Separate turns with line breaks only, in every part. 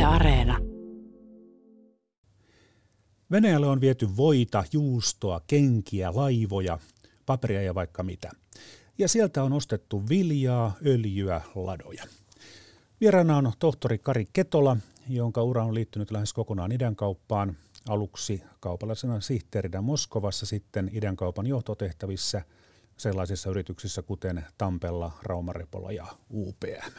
Areena.
Venäjälle on viety voita, juustoa, kenkiä, laivoja, paperia ja vaikka mitä. Ja sieltä on ostettu viljaa, öljyä, ladoja. Vieraana on tohtori Kari Ketola, jonka ura on liittynyt lähes kokonaan idänkauppaan. Aluksi kaupallisena sihteerinä Moskovassa, sitten idänkaupan johtotehtävissä sellaisissa yrityksissä kuten Tampella, Rauma Repola ja UPM.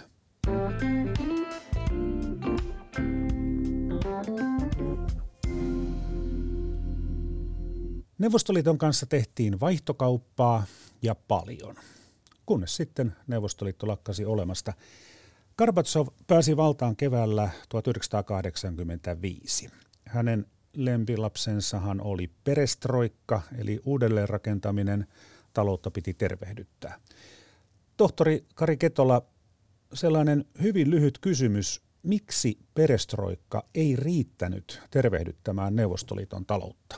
Neuvostoliiton kanssa tehtiin vaihtokauppaa ja paljon, kunnes sitten Neuvostoliitto lakkasi olemasta. Gorbatšov pääsi valtaan keväällä 1985. Hänen lempilapsensahan oli perestroikka, eli uudelleenrakentaminen. Taloutta piti tervehdyttää. Tohtori Kari Ketola, sellainen hyvin lyhyt kysymys. Miksi perestroikka ei riittänyt tervehdyttämään Neuvostoliiton taloutta?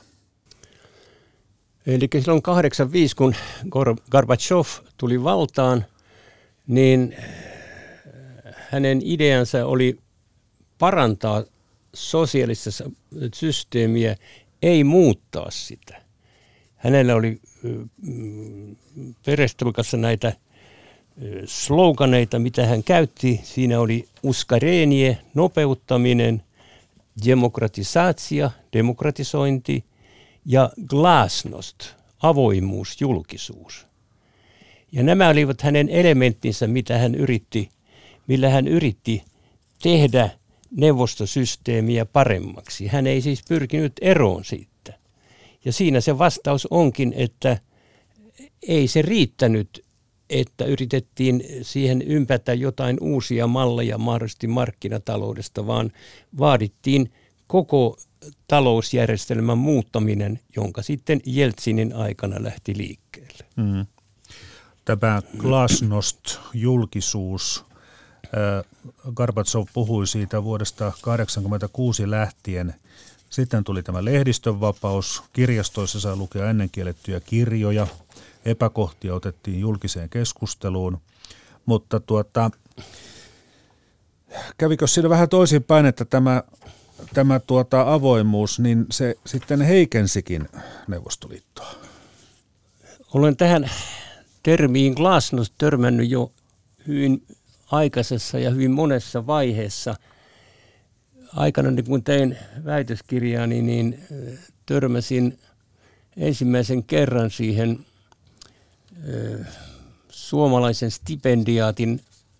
Eli silloin 1985, kun Gorbatšov tuli valtaan, niin hänen ideansa oli parantaa sosiaalista systeemiä, ei muuttaa sitä. Hänellä oli perestroikassa näitä sloganeita, mitä hän käytti. Siinä oli uskarenie, nopeuttaminen, demokratisaatio, demokratisointi ja glasnost, avoimuus, julkisuus. Ja nämä olivat hänen elementtinsä, millä hän yritti tehdä neuvostosysteemiä paremmaksi. Hän ei siis pyrkinyt eroon siitä. Ja siinä se vastaus onkin, että ei se riittänyt, että yritettiin siihen ympätä jotain uusia malleja mahdollisesti markkinataloudesta, vaan vaadittiin koko talousjärjestelmän muuttaminen, jonka sitten Jeltsinin aikana lähti liikkeelle.
Tämä glasnost, julkisuus, Gorbatšov puhui siitä vuodesta 1986 lähtien. Sitten tuli tämä lehdistönvapaus, kirjastoissa sai lukea ennen kiellettyjä kirjoja, epäkohtia otettiin julkiseen keskusteluun, mutta kävikö siinä vähän toisinpäin, että tämä avoimuus, niin se sitten heikensikin Neuvostoliittoa?
Olen tähän termiin glasnost törmännyt jo hyvin aikaisessa ja hyvin monessa vaiheessa. Aikana, kun tein väitöskirjaani, niin törmäsin ensimmäisen kerran siihen suomalaisen stipendiaatin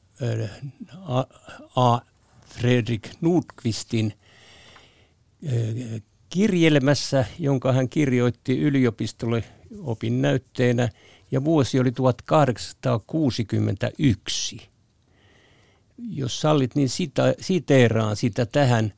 A. Fredrik Nordqvistin kirjelmässä, jonka hän kirjoitti yliopistolle opinnäytteenä, ja vuosi oli 1861. Jos sallit, niin siteeraan sitä tähän,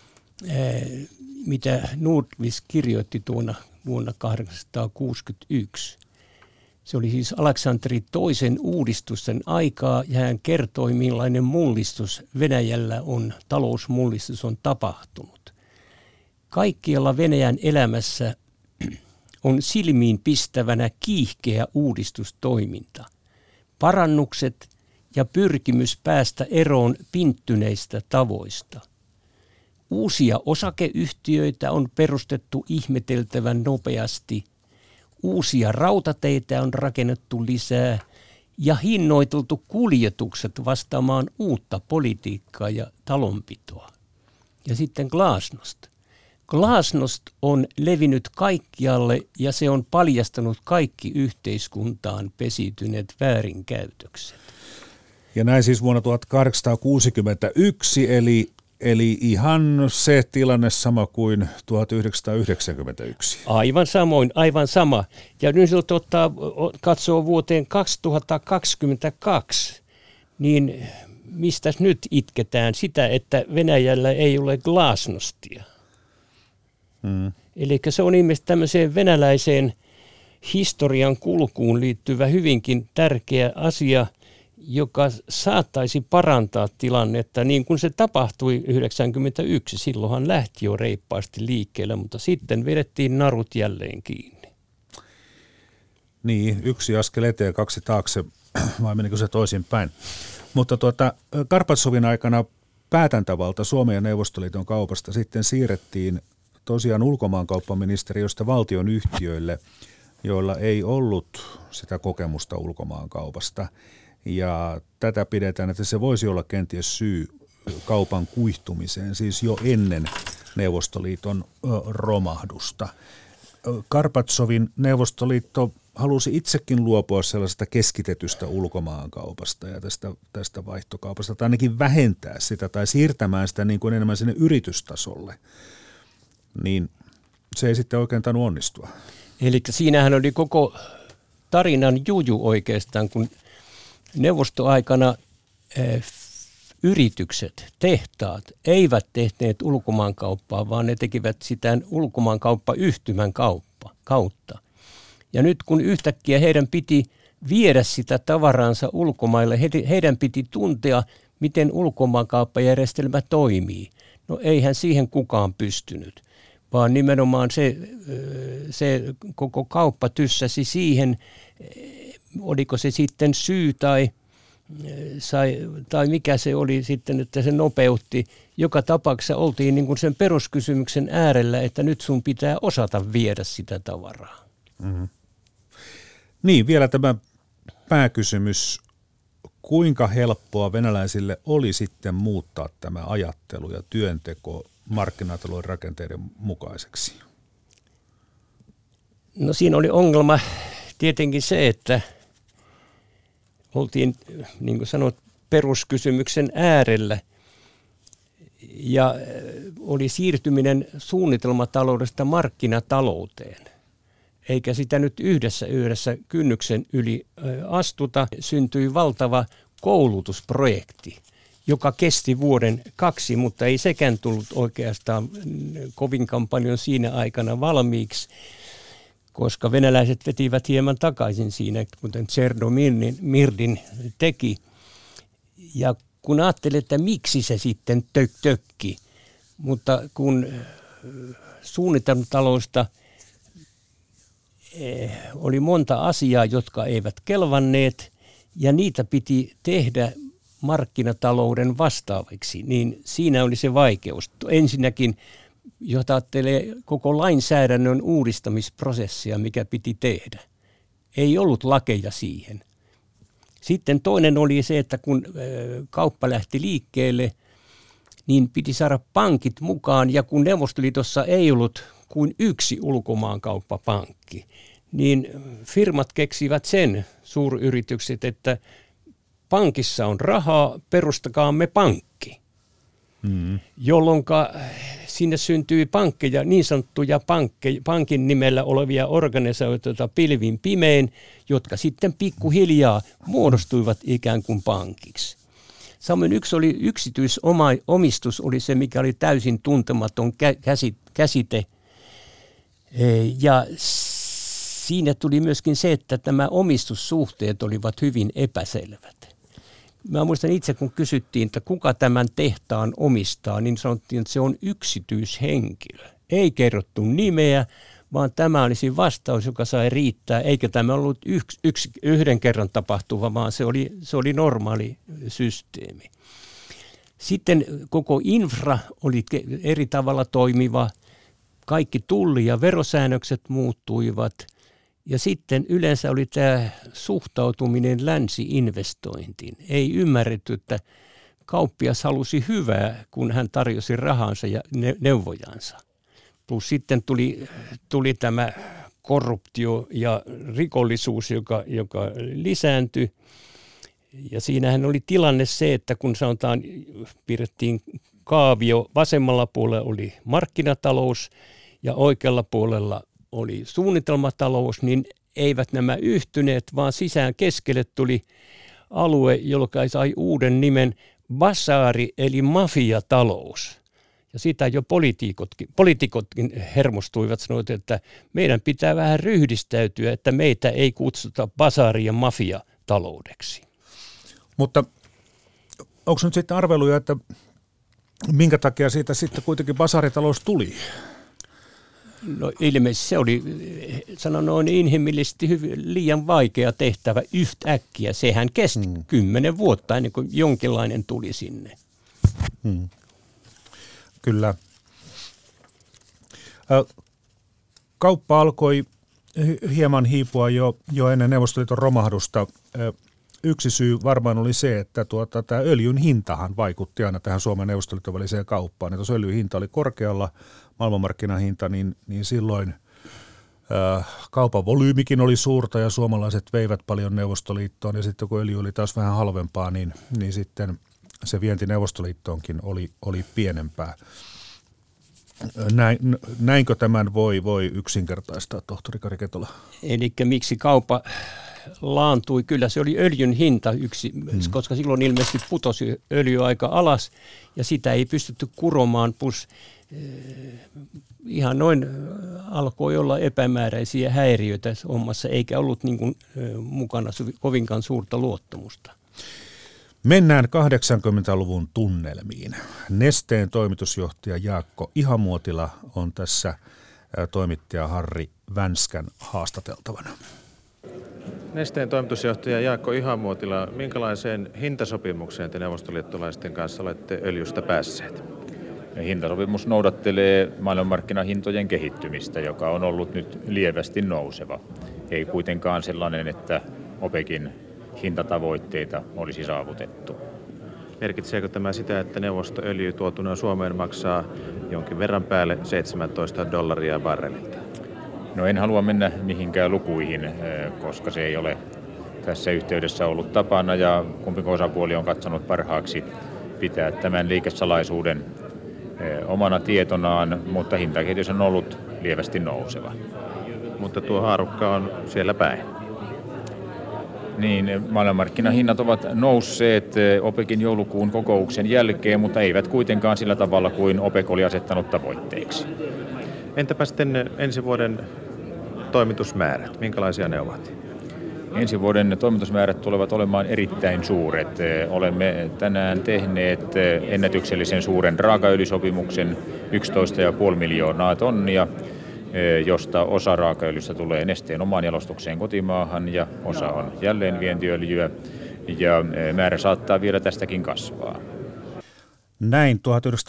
mitä Nordqvist kirjoitti tuona vuonna 1861. Se oli siis Aleksanteri toisen uudistusten aikaa, ja hän kertoi, millainen mullistus Venäjällä talousmullistus on tapahtunut. Kaikkialla Venäjän elämässä on silmiin pistävänä kiihkeä uudistustoiminta. Parannukset ja pyrkimys päästä eroon pinttyneistä tavoista. Uusia osakeyhtiöitä on perustettu ihmeteltävän nopeasti. Uusia rautateitä on rakennettu lisää ja hinnoiteltu kuljetukset vastaamaan uutta politiikkaa ja talonpitoa. Ja sitten glasnost. Glasnost on levinnyt kaikkialle ja se on paljastanut kaikki yhteiskuntaan pesiytyneet väärinkäytökset.
Ja näin siis vuonna 1861, eli ihan se tilanne sama kuin 1991.
Aivan sama. Ja nyt jos katsoo vuoteen 2022, niin mistä nyt itketään sitä, että Venäjällä ei ole glasnostia? Eli se on ilmeisesti tämmöiseen venäläiseen historian kulkuun liittyvä hyvinkin tärkeä asia, joka saattaisi parantaa tilannetta, niin kuin se tapahtui 1991. Silloinhan lähti jo reippaasti liikkeelle, mutta sitten vedettiin narut jälleen kiinni.
Niin, yksi askel eteen, kaksi taakse, vai menikö se toisinpäin? Mutta Gorbatšovin aikana päätäntävalta Suomen ja Neuvostoliiton kaupasta sitten siirrettiin tosiaan ulkomaankauppaministeriöstä valtionyhtiöille, joilla ei ollut sitä kokemusta ulkomaankaupasta. Ja tätä pidetään, että se voisi olla kenties syy kaupan kuihtumiseen, siis jo ennen Neuvostoliiton romahdusta. Karpatsovin Neuvostoliitto halusi itsekin luopua sellaisesta keskitetystä ulkomaankaupasta ja tästä vaihtokaupasta, tai ainakin vähentää sitä tai siirtämään sitä niin kuin enemmän sinne yritystasolle, niin se ei sitten oikein tainnut onnistua.
Eli siinähän oli koko tarinan juju oikeastaan, kun neuvostoaikana yritykset, tehtaat eivät tehneet ulkomaankauppaa, vaan ne tekivät sitä ulkomaankauppayhtymän kautta. Ja nyt kun yhtäkkiä heidän piti viedä sitä tavaransa ulkomaille, heidän piti tuntea, miten ulkomaankauppajärjestelmä toimii. No eihän siihen kukaan pystynyt, vaan nimenomaan se koko kauppa tyssäsi siihen, oliko se sitten syy tai mikä se oli sitten, että se nopeutti. Joka tapauksessa oltiin niin kuin sen peruskysymyksen äärellä, että nyt sun pitää osata viedä sitä tavaraa.
Mm-hmm. Niin, vielä tämä pääkysymys. Kuinka helppoa venäläisille oli sitten muuttaa tämä ajattelu ja työnteko markkinatalouden rakenteiden mukaiseksi?
No siinä oli ongelma tietenkin se, että oltiin, niin kuin sanot, peruskysymyksen äärellä ja oli siirtyminen suunnitelmataloudesta markkinatalouteen. Eikä sitä nyt yhdessä kynnyksen yli astuta. Syntyi valtava koulutusprojekti, joka kesti vuoden 2, mutta ei sekään tullut oikeastaan kovinkaan paljon siinä aikana valmiiksi, koska venäläiset vetivät hieman takaisin siinä, kuten Tsernomirdin teki. Ja kun ajattelin, että miksi se sitten tökki, mutta kun suunnitelmataloudesta oli monta asiaa, jotka eivät kelvanneet, ja niitä piti tehdä markkinatalouden vastaaviksi, niin siinä oli se vaikeus. Ensinnäkin, jos ajattelee koko lainsäädännön uudistamisprosessia, mikä piti tehdä. Ei ollut lakeja siihen. Sitten toinen oli se, että kun kauppa lähti liikkeelle, niin piti saada pankit mukaan, ja kun Neuvostoliitossa ei ollut kuin yksi ulkomaankauppapankki, niin firmat keksivät sen, suuryritykset, että pankissa on rahaa, perustakaamme pankki. Jolloin sinne syntyi pankkeja, niin sanottuja pankin nimellä olevia organisaatioita pilvin pimein, jotka sitten pikkuhiljaa muodostuivat ikään kuin pankiksi. Samoin yksityisomistus oli se, mikä oli täysin tuntematon käsite. Ja siinä tuli myöskin se, että nämä omistussuhteet olivat hyvin epäselvät. Mä muistan itse, kun kysyttiin, että kuka tämän tehtaan omistaa, niin sanottiin, että se on yksityishenkilö. Ei kerrottu nimeä, vaan tämä olisi vastaus, joka sai riittää, eikä tämä ollut yhden kerran tapahtuva, vaan se oli normaali systeemi. Sitten koko infra oli eri tavalla toimiva, kaikki tulli- ja verosäännökset muuttuivat, ja sitten yleensä oli tämä suhtautuminen länsi-investointiin. Ei ymmärretty, että kauppias halusi hyvää, kun hän tarjosi rahansa ja neuvojansa. Plus sitten tuli tämä korruptio ja rikollisuus, joka lisääntyi. Ja siinähän oli tilanne se, että kun sanotaan, pidettiin kaavio, vasemmalla puolella oli markkinatalous ja oikealla puolella oli suunnitelmatalous, niin eivät nämä yhtyneet, vaan sisään keskelle tuli alue, joka sai uuden nimen basaari eli mafiatalous. Ja sitä jo poliitikotkin hermostuivat, sanoivat, että meidän pitää vähän ryhdistäytyä, että meitä ei kutsuta basaari- ja mafiataloudeksi.
Mutta onko nyt sitten arveluja, että minkä takia siitä sitten kuitenkin basaaritalous tuli?
No ilmeisesti se oli, sanon noin inhimillisesti liian vaikea tehtävä yhtäkkiä. Sehän kesti 10 vuotta ennen kuin jonkinlainen tuli sinne.
Kyllä. Kauppa alkoi hieman hiipua jo ennen Neuvostoliiton romahdusta. Yksi syy varmaan oli se, että tämä öljyn hintahan vaikutti aina tähän Suomen Neuvostoliiton väliseen kauppaan. Ja jos öljyn hinta oli korkealla, maailmanmarkkinahinta, niin silloin kaupan volyymikin oli suurta ja suomalaiset veivät paljon Neuvostoliittoon. Ja sitten kun öljy oli taas vähän halvempaa, niin sitten se vienti Neuvostoliittoonkin oli pienempää. Näinkö tämän voi yksinkertaistaa, tohtori Kari Ketola?
Eli miksi kauppa laantui? Kyllä se oli öljyn hinta koska silloin ilmeisesti putosi öljy aika alas ja sitä ei pystytty kuromaan, plus ihan noin alkoi olla epämääräisiä häiriöitä hommassa, eikä ollut niin kuin mukana kovinkaan suurta luottamusta.
Mennään 80-luvun tunnelmiin. Nesteen toimitusjohtaja Jaakko Ihamuotila on tässä toimittaja Harri Vänskän haastateltavana.
Nesteen toimitusjohtaja Jaakko Ihamuotila, minkälaiseen hintasopimukseen te neuvostoliittolaisten kanssa olette öljystä päässeet?
Hintasopimus noudattelee maailmanmarkkinahintojen kehittymistä, joka on ollut nyt lievästi nouseva. Ei kuitenkaan sellainen, että OPECin hintatavoitteita olisi saavutettu.
Merkitseekö tämä sitä, että neuvostoöljy tuotuna Suomeen maksaa jonkin verran päälle $17 barrelilta?
No en halua mennä mihinkään lukuihin, koska se ei ole tässä yhteydessä ollut tapana ja kumpikin osapuoli on katsonut parhaaksi pitää tämän liikesalaisuuden omana tietonaan, mutta hintakehitys on ollut lievästi nouseva.
Mutta tuo haarukka on siellä päin.
Niin, maailmanmarkkinahinnat ovat nousseet OPECin joulukuun kokouksen jälkeen, mutta eivät kuitenkaan sillä tavalla kuin OPEC oli asettanut tavoitteeksi.
Entäpä sitten ensi vuoden toimitusmäärät? Minkälaisia ne ovat?
Ensi vuoden toimitusmäärät tulevat olemaan erittäin suuret. Olemme tänään tehneet ennätyksellisen suuren raakaöljysopimuksen 11,5 miljoonaa tonnia, josta osa raakaöljystä tulee Nesteen omaan jalostukseen kotimaahan ja osa on jälleen vientiöljyä ja määrä saattaa vielä tästäkin kasvaa.
Näin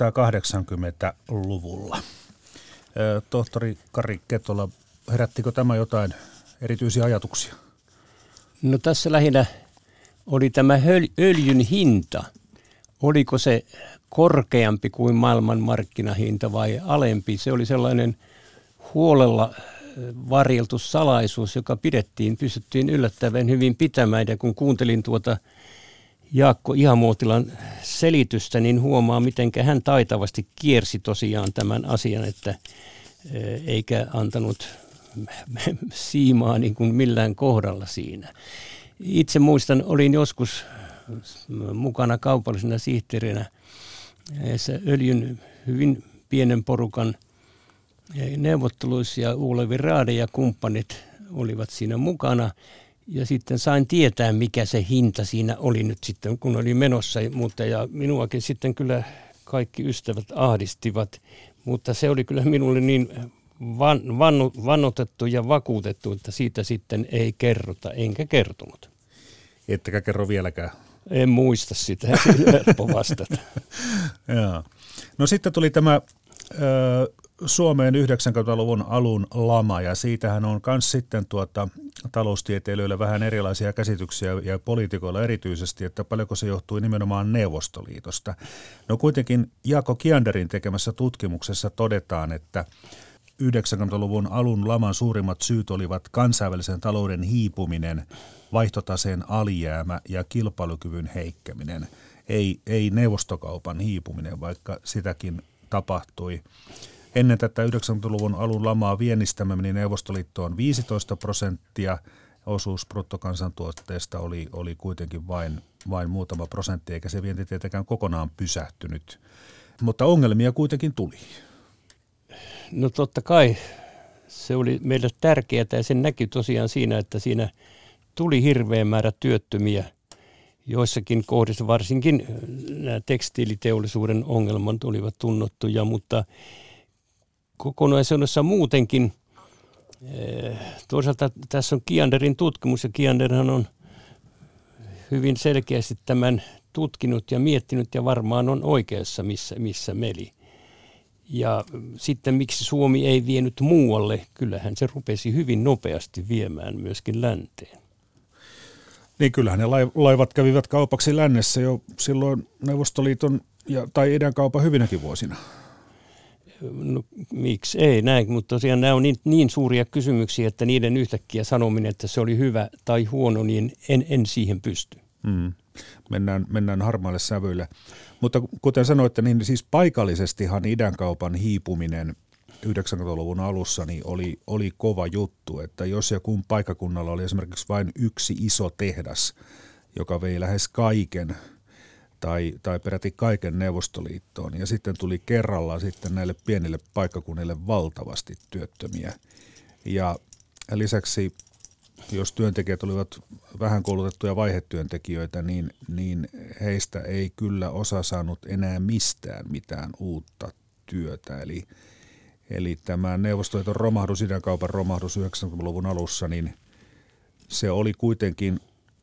1980-luvulla. Tohtori Kari Ketola, herättikö tämä jotain erityisiä ajatuksia?
No tässä lähinnä oli tämä öljyn hinta. Oliko se korkeampi kuin maailmanmarkkinahinta vai alempi? Se oli sellainen huolella varjeltu salaisuus, joka pystyttiin yllättävän hyvin pitämään. Ja kun kuuntelin tuota Jaakko Ihamuotilan selitystä, niin huomaa, miten hän taitavasti kiersi tosiaan tämän asian, että eikä antanut siimaa niin kuin millään kohdalla siinä. Itse muistan, olin joskus mukana kaupallisena sihteerinä öljyn hyvin pienen porukan neuvotteluissa ja Olevi Raade ja kumppanit olivat siinä mukana. Ja sitten sain tietää, mikä se hinta siinä oli nyt sitten, kun oli menossa, mutta ja minuakin sitten kyllä kaikki ystävät ahdistivat, mutta se oli kyllä minulle niin vannotettu ja vakuutettu, että siitä sitten ei kerrota, enkä kertonut.
Ettekä kerro vieläkään?
En muista sitä, helppo vastata.
No sitten tuli tämä Suomeen 90-luvun alun lama, ja siitähän on myös sitten taloustieteilijöillä vähän erilaisia käsityksiä ja poliitikoilla erityisesti, että paljonko se johtui nimenomaan Neuvostoliitosta. No kuitenkin Jaakko Kianderin tekemässä tutkimuksessa todetaan, että 90-luvun alun laman suurimmat syyt olivat kansainvälisen talouden hiipuminen, vaihtotaseen alijäämä ja kilpailukyvyn heikkeminen. Ei neuvostokaupan hiipuminen, vaikka sitäkin tapahtui. Ennen tätä 90-luvun alun lamaa viennistämme meni Neuvostoliittoon 15%, osuus bruttokansantuotteesta oli kuitenkin vain muutama prosentti, eikä se vienti tietenkään kokonaan pysähtynyt. Mutta ongelmia kuitenkin tuli.
No totta kai se oli meille tärkeää ja sen näki tosiaan siinä, että siinä tuli hirveä määrä työttömiä. Joissakin kohdissa varsinkin nämä tekstiiliteollisuuden ongelmat olivat tunnottuja, mutta kokonaisuudessa muutenkin. Toisaalta tässä on Kianderin tutkimus ja Kianderhan on hyvin selkeästi tämän tutkinut ja miettinyt ja varmaan on oikeassa, missä meni. Ja sitten miksi Suomi ei vienyt muualle, kyllähän se rupesi hyvin nopeasti viemään myöskin länteen.
Niin kyllähän ne laivat kävivät kaupaksi lännessä jo silloin Neuvostoliiton tai idänkaupan hyvinäkin vuosina.
No, miksi ei näin, mutta tosiaan nämä on niin suuria kysymyksiä, että niiden yhtäkkiä sanominen, että se oli hyvä tai huono, niin en siihen pysty.
Mennään harmaalle sävyille. Mutta kuten sanoitte, niin siis paikallisestihan idänkaupan hiipuminen 90-luvun alussa niin oli kova juttu, että jos ja kun paikkakunnalla oli esimerkiksi vain yksi iso tehdas, joka vei lähes kaiken tai peräti kaiken Neuvostoliittoon, ja sitten tuli kerralla sitten näille pienille paikkakunnille valtavasti työttömiä. Ja lisäksi, jos työntekijät olivat vähän koulutettuja vaihetyöntekijöitä, niin heistä ei kyllä osa saanut enää mistään mitään uutta työtä. Eli tämä Neuvostoliiton romahdus, idänkaupan romahdus 90-luvun alussa, niin se oli kuitenkin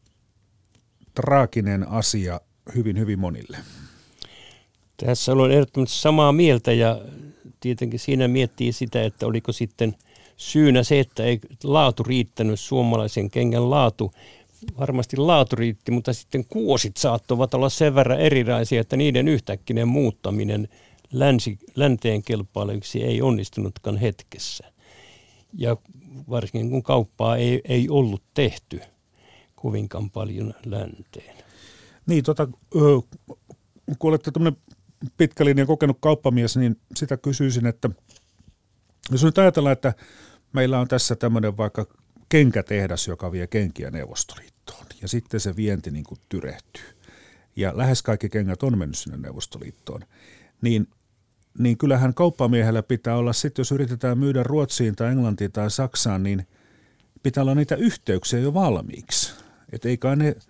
traaginen asia hyvin, hyvin monille.
Tässä olen ehdottomasti samaa mieltä ja tietenkin siinä miettii sitä, että oliko sitten syynä se, että ei laatu riittänyt, suomalaisen kengän laatu. Varmasti laatu riitti, mutta sitten kuosit saattoivat olla sen verran erilaisia, että niiden yhtäkkinen muuttaminen länteen kelpaileviksi ei onnistunutkaan hetkessä. Ja varsinkin kun kauppaa ei ollut tehty kovinkaan paljon länteen.
Niin, kun olette tämmöinen pitkä linja kokenut kauppamies, niin sitä kysyisin, että jos nyt ajatellaan, että meillä on tässä tämmöinen vaikka kenkätehdas, joka vie kenkiä Neuvostoliittoon, ja sitten se vienti niin kuin tyrehtyy, ja lähes kaikki kengät on mennyt sinne Neuvostoliittoon, niin kyllähän kauppamiehellä pitää olla sitten, jos yritetään myydä Ruotsiin tai Englantiin tai Saksaan, niin pitää olla niitä yhteyksiä jo valmiiksi. Että ei kai ne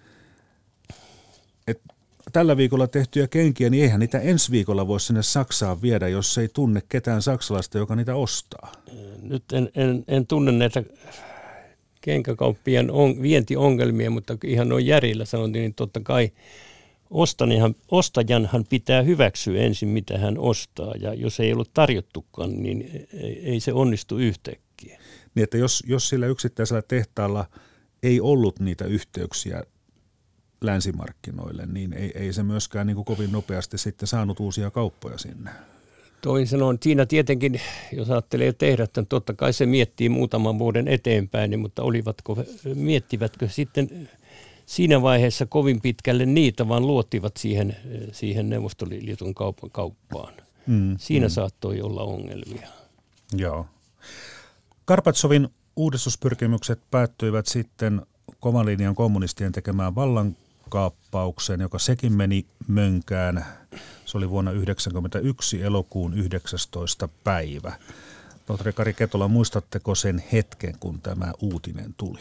tällä viikolla tehtyjä kenkiä, niin eihän niitä ensi viikolla voi sinne Saksaan viedä, jos ei tunne ketään saksalaista, joka niitä ostaa.
Nyt en tunne näitä kenkäkauppien vientiongelmia, mutta ihan noin järjellä sanottiin, niin totta kai ostajanhan pitää hyväksyä ensin, mitä hän ostaa, ja jos ei ollut tarjottukaan, niin ei se onnistu yhtäkkiä.
Niin, että jos sillä yksittäisellä tehtaalla ei ollut niitä yhteyksiä länsimarkkinoille, niin ei se myöskään niin kuin kovin nopeasti sitten saanut uusia kauppoja sinne.
Toisin sanoen, siinä tietenkin, jos ajattelee tehdä, että totta kai se miettii muutaman vuoden eteenpäin, mutta miettivätkö sitten siinä vaiheessa kovin pitkälle niitä, vaan luottivat siihen Neuvostoliiton kauppaan. Siinä saattoi olla ongelmia.
Joo. Karpatsovin uudistuspyrkimykset päättyivät sitten kovan linjan kommunistien tekemään vallankaappaukseen, joka sekin meni mönkään. Se oli vuonna 1991 elokuun 19. päivä. Tohtori Kari Ketola, muistatteko sen hetken, kun tämä uutinen tuli?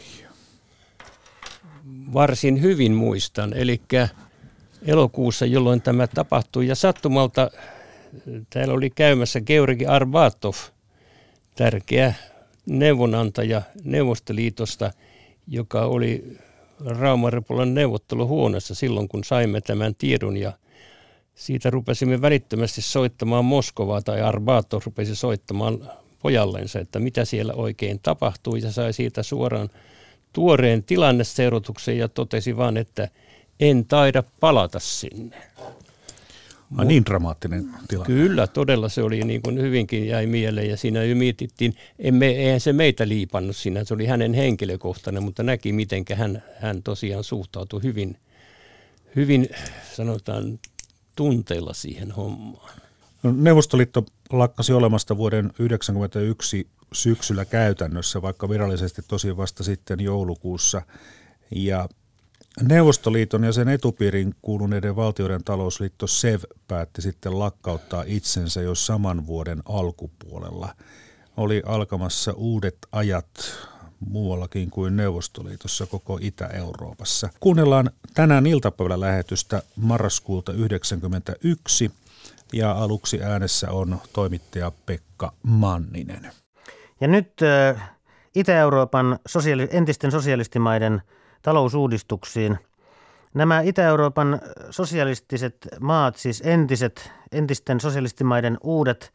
Varsin hyvin muistan, eli elokuussa, jolloin tämä tapahtui, ja sattumalta täällä oli käymässä Georgi Arbatov, tärkeä neuvonantaja Neuvostoliitosta, joka oli Rauman-Repolan neuvotteluhuoneessa silloin, kun saimme tämän tiedon, ja siitä rupesimme välittömästi soittamaan Moskovaa, tai Arbatov rupesi soittamaan pojallensa, että mitä siellä oikein tapahtui, ja sai siitä suoraan tuoreen tilanneseuratuksen ja totesi vaan, että en taida palata sinne.
Niin dramaattinen tilanne.
Kyllä, todella se oli niin kuin hyvinkin jäi mieleen, ja siinä jo mietittiin, eihän se meitä liipannut siinä, se oli hänen henkilökohtainen, mutta näki miten hän tosiaan suhtautui hyvin sanotaan tunteella siihen hommaan.
No, Neuvostoliitto lakkasi olemasta vuoden 1991 syksyllä käytännössä, vaikka virallisesti tosi vasta sitten joulukuussa, ja Neuvostoliiton ja sen etupiirin kuuluneiden valtioiden talousliitto SEV päätti sitten lakkauttaa itsensä jo saman vuoden alkupuolella. Oli alkamassa uudet ajat muuallakin kuin Neuvostoliitossa, koko Itä-Euroopassa. Kuunnellaan tänään iltapäivällä lähetystä marraskuulta 1991 ja aluksi äänessä on toimittaja Pekka Manninen.
Ja nyt Itä-Euroopan entisten sosialistimaiden talousuudistuksiin Nämä Itä-Euroopan sosialistiset maat, siis entisten sosialistimaiden uudet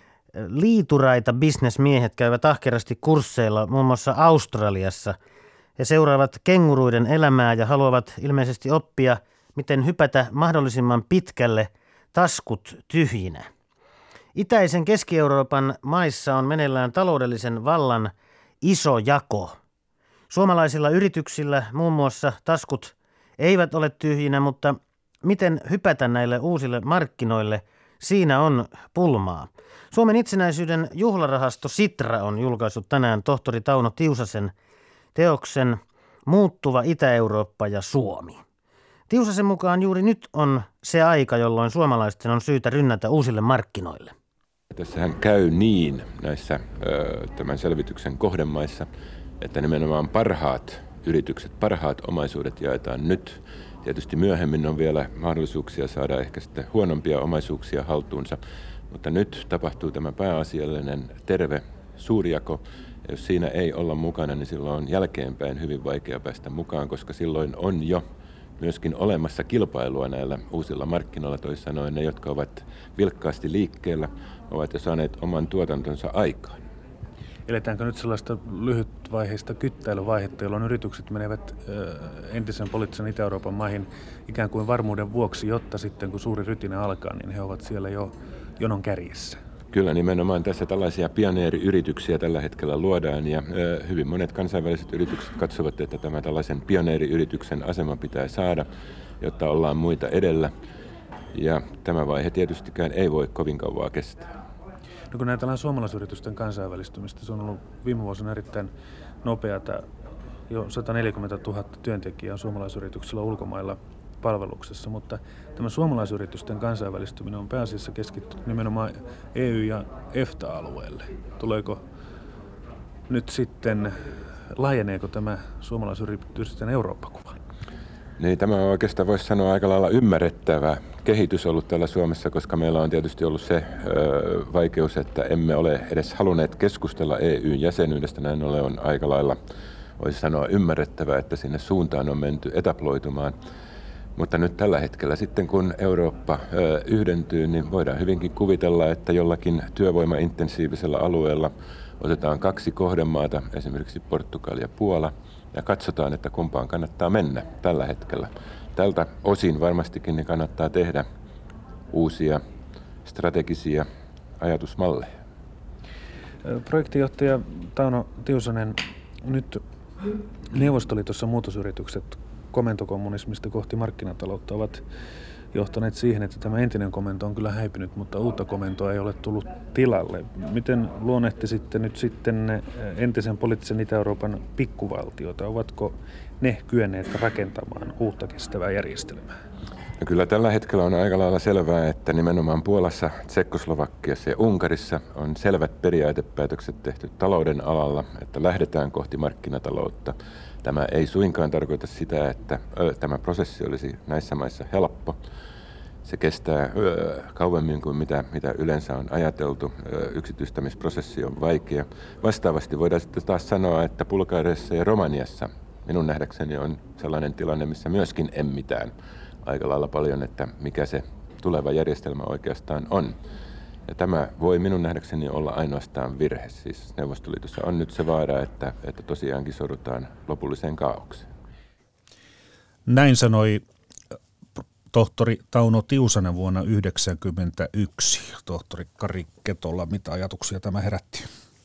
liituraita bisnesmiehet käyvät ahkerasti kursseilla muun muassa Australiassa. He seuraavat kenguruiden elämää ja haluavat ilmeisesti oppia, miten hypätä mahdollisimman pitkälle taskut tyhjinä. Itäisen Keski-Euroopan maissa on meneillään taloudellisen vallan iso jako. Suomalaisilla yrityksillä muun muassa taskut eivät ole tyhjinä, mutta miten hypätä näille uusille markkinoille, siinä on pulmaa. Suomen itsenäisyyden juhlarahasto Sitra on julkaissut tänään tohtori Tauno Tiusasen teoksen Muuttuva Itä-Eurooppa ja Suomi. Tiusasen mukaan juuri nyt on se aika, jolloin suomalaisten on syytä rynnätä uusille markkinoille.
Tässähän käy niin näissä tämän selvityksen kohdemaissa, että nimenomaan parhaat yritykset, parhaat omaisuudet jaetaan nyt. Tietysti myöhemmin on vielä mahdollisuuksia saada ehkä sitten huonompia omaisuuksia haltuunsa, mutta nyt tapahtuu tämä pääasiallinen terve suurjako. Ja jos siinä ei olla mukana, niin silloin on jälkeenpäin hyvin vaikea päästä mukaan, koska silloin on jo myöskin olemassa kilpailua näillä uusilla markkinoilla. Toisin sanoen ne, jotka ovat vilkkaasti liikkeellä, ovat jo saaneet oman tuotantonsa aikaan.
Eletäänkö nyt sellaista lyhytvaiheista kyttäilyvaihetta, jolloin yritykset menevät entisen poliittisen Itä-Euroopan maihin ikään kuin varmuuden vuoksi, jotta sitten kun suuri rytinä alkaa, niin he ovat siellä jo jonon kärjessä?
Kyllä, nimenomaan tässä tällaisia pioneeriyrityksiä tällä hetkellä luodaan ja hyvin monet kansainväliset yritykset katsovat, että tämä tällaisen pioneeriyrityksen asema pitää saada, jotta ollaan muita edellä. Ja tämä vaihe tietystikään ei voi kovin kauaa kestää.
No kun näytetään suomalaisyritysten kansainvälistymistä, se on ollut viime vuosina erittäin nopeata. Jo 140 000 työntekijää on suomalaisyrityksillä ulkomailla palveluksessa, mutta tämä suomalaisyritysten kansainvälistyminen on pääasiassa keskittynyt nimenomaan EU- ja EFTA-alueelle. Tuleeko nyt sitten, laajeneeko tämä suomalaisyritysten Eurooppa-kuva?
Niin, tämä on oikeastaan, voisi sanoa, aika lailla ymmärrettävä kehitys ollut täällä Suomessa, koska meillä on tietysti ollut se vaikeus, että emme ole edes halunneet keskustella EU-jäsenyydestä. Näin ollen on aika lailla, voisi sanoa, ymmärrettävää, että sinne suuntaan on menty etaploitumaan. Mutta nyt tällä hetkellä sitten, kun Eurooppa yhdentyy, niin voidaan hyvinkin kuvitella, että jollakin työvoimaintensiivisellä alueella otetaan 2 kohdemaata, esimerkiksi Portugali ja Puola, ja katsotaan, että kumpaan kannattaa mennä tällä hetkellä. Tältä osin varmastikin ne kannattaa tehdä uusia strategisia ajatusmalleja.
Projektijohtaja Tauno Tiusanen, nyt Neuvostoliitossa muutosyritykset komentokommunismista kohti markkinataloutta ovat johtaneet siihen, että tämä entinen komento on kyllä häipynyt, mutta uutta komentoa ei ole tullut tilalle. Miten luonnehtisitte nyt sitten ne entisen poliittisen Itä-Euroopan pikkuvaltiota? Ovatko ne kyenneet rakentamaan uutta kestävää järjestelmää?
No kyllä tällä hetkellä on aika lailla selvää, että nimenomaan Puolassa, Tsekkoslovakiassa ja Unkarissa on selvät periaatepäätökset tehty talouden alalla, että lähdetään kohti markkinataloutta. Tämä ei suinkaan tarkoita sitä, että tämä prosessi olisi näissä maissa helppo. Se kestää kauemmin kuin mitä yleensä on ajateltu. Yksityistämisprosessi on vaikea. Vastaavasti voidaan sitten taas sanoa, että Bulgariassa ja Romaniassa minun nähdäkseni on sellainen tilanne, missä myöskin emmitään aika lailla paljon, että mikä se tuleva järjestelmä oikeastaan on. Ja tämä voi minun nähdäkseni olla ainoastaan virhe. Siis Neuvostoliitossa on nyt se vaara, että tosiaankin sorrutaan lopulliseen kaaukseen.
Näin sanoi tohtori Tauno Tiusanen vuonna 1991. Tohtori Kari Ketola, mitä ajatuksia tämä herätti?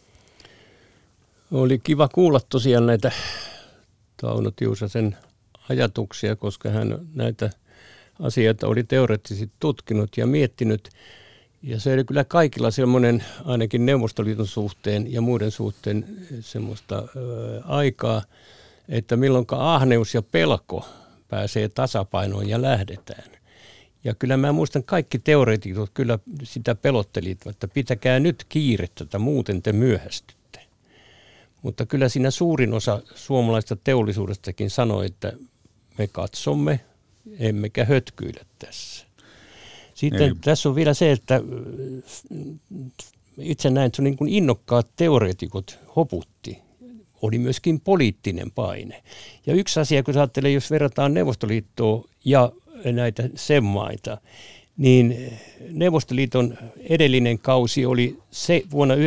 Oli kiva kuulla tosiaan näitä Tauno Tiusasen ajatuksia, koska hän näitä asioita oli teoreettisesti tutkinut ja miettinyt. Ja se oli kyllä kaikilla semmoinen, ainakin Neuvostoliiton suhteen ja muiden suhteen semmoista aikaa, että milloinka ahneus ja pelko pääsee tasapainoon ja lähdetään. Ja kyllä mä muistan, kaikki teoreetikot kyllä sitä pelottelivat, että pitäkää nyt kiirettä, muuten te myöhästytte. Mutta kyllä siinä suurin osa suomalaista teollisuudestakin sanoi, että me katsomme, emmekä hötkyile tässä. Sitten tässä on vielä se, että itse näin, että se on niin kuin innokkaat teoreetikot hoputti oli myöskin poliittinen paine. Ja yksi asia, kun ajattelee, jos verrataan Neuvostoliittoa ja näitä SEV-maita, niin Neuvostoliiton edellinen kausi oli vuonna 1917-1991,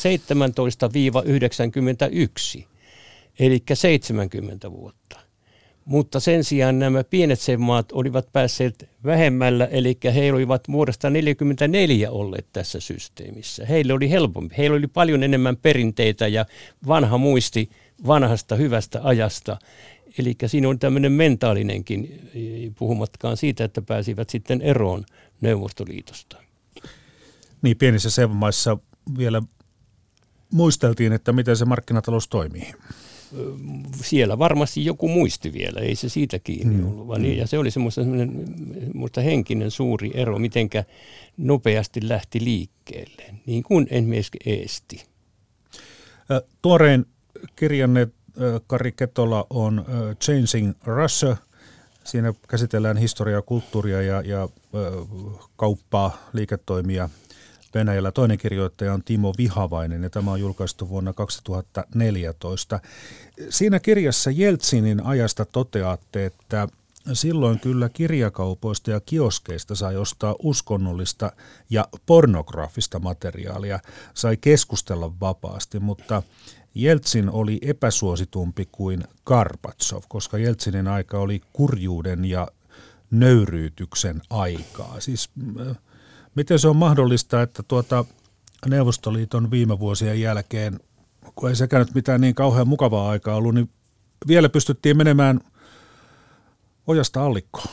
eli 70 vuotta. Mutta sen sijaan nämä pienet SEV-maat olivat päässeet vähemmällä, eli he olivat vuodesta 1944 olleet tässä systeemissä. Heille oli helpompi, heillä oli paljon enemmän perinteitä ja vanha muisti vanhasta hyvästä ajasta. Eli siinä on tämmöinen mentaalinenkin, puhumattakaan siitä, että pääsivät sitten eroon Neuvostoliitosta.
Niin, pienissä SEV-maissa vielä muisteltiin, että miten se markkinatalous toimii.
Siellä varmasti joku muisti vielä, ei se siitä kiinni ollut. Vaan ja se oli semmoista henkinen suuri ero, mitenkä nopeasti lähti liikkeelle, niin kuin esimerkiksi Eesti.
Tuorein kirjanne Kari Ketola on Changing Russia. Siinä käsitellään historiaa, kulttuuria ja kauppaa, liiketoimia Venäjällä. Toinen kirjoittaja on Timo Vihavainen ja tämä on julkaistu vuonna 2014. Siinä kirjassa Jeltsinin ajasta toteatte, että silloin kyllä kirjakaupoista ja kioskeista sai ostaa uskonnollista ja pornografista materiaalia, sai keskustella vapaasti, mutta Jeltsin oli epäsuositumpi kuin Gorbatšov, koska Jeltsinin aika oli kurjuuden ja nöyryytyksen aikaa. Siis miten se on mahdollista, että Neuvostoliiton viime vuosien jälkeen, kun ei sekään nyt mitään niin kauhean mukavaa aikaa ollut, niin vielä pystyttiin menemään ojasta allikkoon?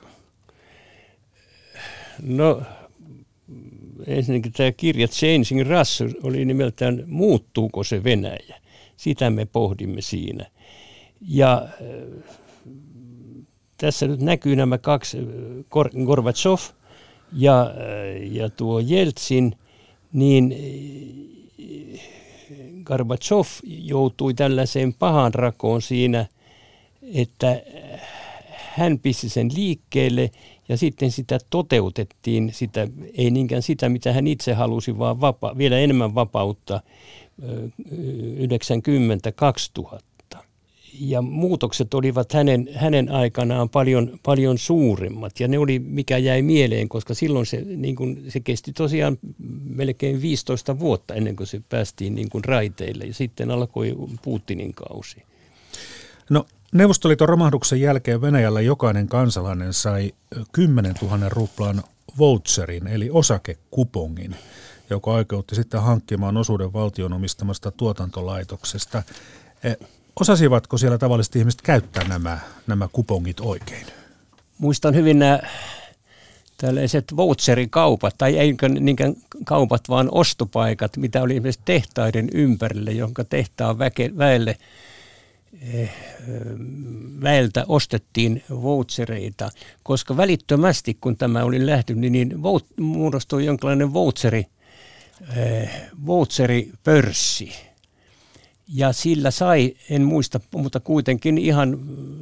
No ensinnäkin tämä kirja Changing Russia oli nimeltään Muuttuuko se Venäjä? Sitä me pohdimme siinä. Ja tässä nyt näkyy nämä kaksi, Gorbatšov ja tuo Jeltsin, niin Gorbatšov joutui tällaiseen pahan rakoon siinä, että hän pisti sen liikkeelle ja sitten sitä toteutettiin, ei niinkään sitä, mitä hän itse halusi, vaan vielä enemmän vapautta 90-2000. Ja muutokset olivat hänen aikanaan paljon suuremmat ja ne oli mikä jäi mieleen, koska silloin se kesti tosiaan melkein 15 vuotta ennen kuin se päästiin raiteille ja sitten alkoi Putinin kausi.
No, Neuvostoliiton romahduksen jälkeen Venäjällä jokainen kansalainen sai 10 000 ruplan voucherin eli osakekupongin, joka oikeutti sitten hankkimaan osuuden valtion omistamasta tuotantolaitoksesta. Osasivatko siellä tavalliset ihmiset käyttää nämä kupongit oikein?
Muistan hyvin nämä tällaiset voucherikaupat, tai ei niinkään kaupat, vaan ostopaikat, mitä oli esimerkiksi tehtaiden ympärille, jonka tehtaan väeltä ostettiin vouchereita, koska välittömästi kun tämä oli lähtenyt, niin muodostui jonkinlainen voucheripörssi. Ja sillä sai, en muista, mutta kuitenkin ihan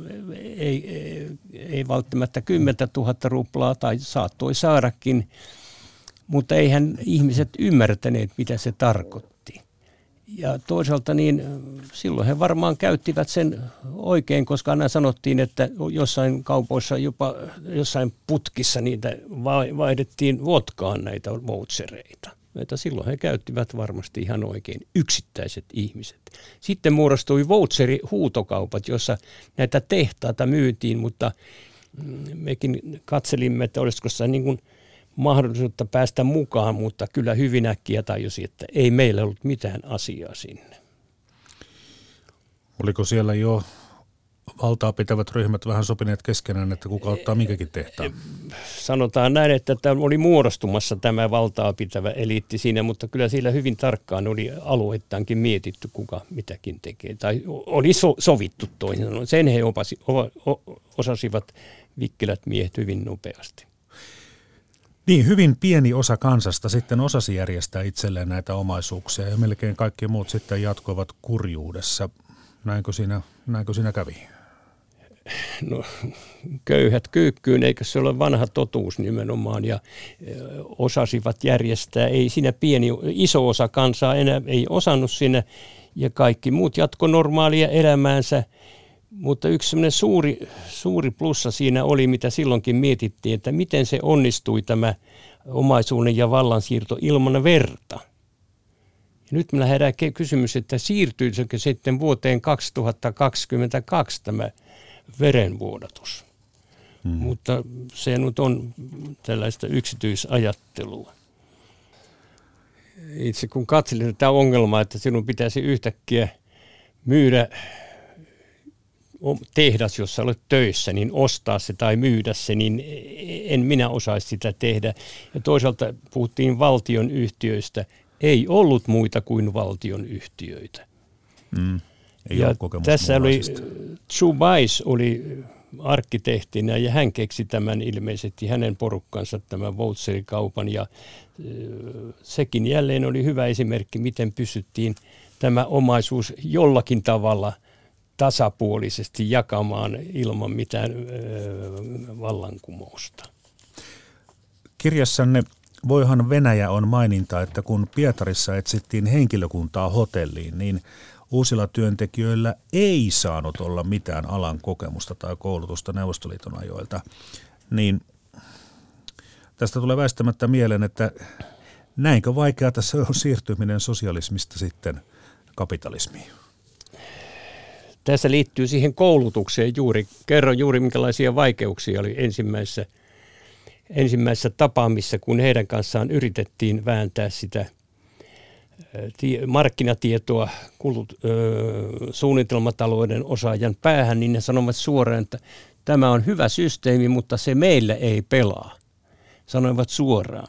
ei välttämättä 10 000 ruplaa tai saattoi saadakin, mutta eihän ihmiset ymmärtäneet, mitä se tarkoitti. Ja toisaalta niin silloin he varmaan käyttivät sen oikein, koska aina sanottiin, että jossain kaupoissa, jopa jossain putkissa niitä vaihdettiin vodkaan näitä vouchereita. Että silloin he käyttivät varmasti ihan oikein yksittäiset ihmiset. Sitten muodostui voucheri-huutokaupat, jossa näitä tehtaita myytiin, mutta mekin katselimme, että olisiko se niin kuin mahdollisuutta päästä mukaan, mutta kyllä hyvin äkkiä tajusi, että ei meillä ollut mitään asiaa sinne.
Oliko siellä jo valtaa pitävät ryhmät vähän sopineet keskenään, että kuka ottaa minkäkin tehtaan?
Sanotaan näin, että tämä oli muodostumassa tämä valtaa pitävä eliitti siinä, mutta kyllä siellä hyvin tarkkaan oli alueittaankin mietitty, kuka mitäkin tekee. Tai oli sovittu toisin sanoen. Sen he osasivat vikkelät miehet hyvin nopeasti.
Niin, hyvin pieni osa kansasta sitten osasi järjestää itselleen näitä omaisuuksia ja melkein kaikki muut sitten jatkoivat kurjuudessa. Näinkö siinä kävi?
No, köyhät kyykkyyn, eikö se ole vanha totuus nimenomaan, ja osasivat järjestää, ei siinä iso osa kansaa enää ei osannut siinä, ja kaikki muut jatko normaalia elämäänsä. Mutta yksi sellainen suuri plussa siinä oli, mitä silloinkin mietittiin, että miten se onnistui tämä omaisuuden ja vallansiirto ilman verta. Ja nyt meillä herää kysymys, että siirtyisikö sitten vuoteen 2022 tämä verenvuodatus. Mutta se nyt on tällaista yksityisajattelua. Itse kun katselin tätä ongelmaa, että sinun pitäisi yhtäkkiä myydä tehdas, jossa olet töissä, niin ostaa se tai myydä se, niin en minä osaisi sitä tehdä. Ja toisaalta puhuttiin valtionyhtiöistä. Ei ollut muita kuin valtionyhtiöitä.
Ei ole kokemus
tässä oli Chubais oli arkkitehtinä ja hän keksi tämän ilmeisesti hänen porukkansa tämän voucherikaupan ja sekin jälleen oli hyvä esimerkki, miten pystyttiin tämä omaisuus jollakin tavalla tasapuolisesti jakamaan ilman mitään vallankumousta.
Kirjassanne Voihan Venäjä on maininta, että kun Pietarissa etsittiin henkilökuntaa hotelliin, niin uusilla työntekijöillä ei saanut olla mitään alan kokemusta tai koulutusta Neuvostoliiton ajoilta. Niin tästä tulee väistämättä mieleen, että näinkö vaikeata se on siirtyminen sosialismista sitten kapitalismiin?
Tässä liittyy siihen koulutukseen juuri. Kerron juuri, minkälaisia vaikeuksia oli ensimmäisessä tapaamissa, kun heidän kanssaan yritettiin vääntää sitä markkinatietoa suunnitelmatalouden osaajan päähän, niin ne sanovat suoraan, että tämä on hyvä systeemi, mutta se meillä ei pelaa. Sanoivat suoraan.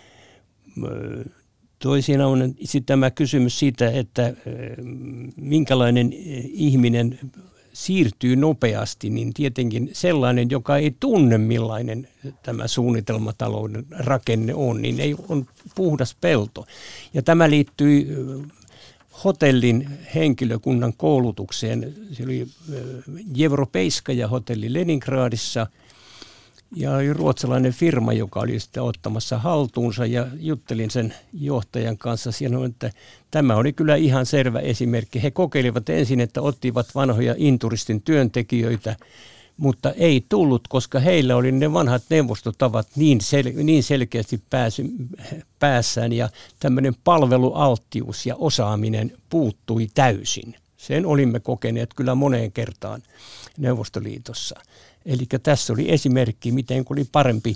Toisina on tämä kysymys siitä, että minkälainen ihminen siirtyy nopeasti, niin tietenkin sellainen, joka ei tunne millainen tämä suunnitelmatalouden rakenne on, niin ei on puhdas pelto. Ja tämä liittyy hotellin henkilökunnan koulutukseen. Se oli Europeiskaja hotelli Leningradissa ja oli ruotsalainen firma, joka oli sitä ottamassa haltuunsa ja juttelin sen johtajan kanssa. Sanoin, että tämä oli kyllä ihan selvä esimerkki. He kokeilivat ensin, että ottivat vanhoja inturistin työntekijöitä, mutta ei tullut, koska heillä oli ne vanhat neuvostotavat niin selkeästi päässään ja tämmöinen palvelualttius ja osaaminen puuttui täysin. Sen olimme kokeneet kyllä moneen kertaan Neuvostoliitossa. Eli tässä oli esimerkki, miten oli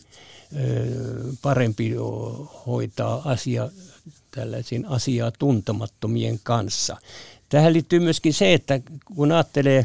parempi hoitaa asia tällaisiin asiaa tuntemattomien kanssa. Tähän liittyy myöskin se, että kun ajattelee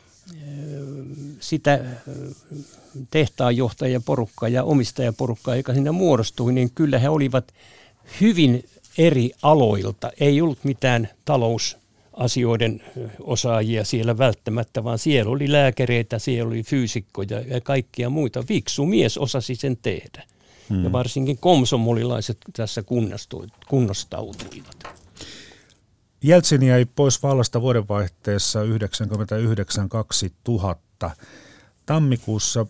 sitä tehtaanjohtajaporukkaa ja omistajaporukkaa, joka siinä muodostui, niin kyllä he olivat hyvin eri aloilta. Ei ollut mitään talousasioiden osaajia siellä välttämättä, vaan siellä oli lääkäreitä, siellä oli fyysikkoja ja kaikkia muita. Fiksu mies osasi sen tehdä. Ja varsinkin komsomolilaiset tässä kunnostautuivat.
Jeltsin jäi pois vallasta vuodenvaihteessa 1999-2000. Tammikuussa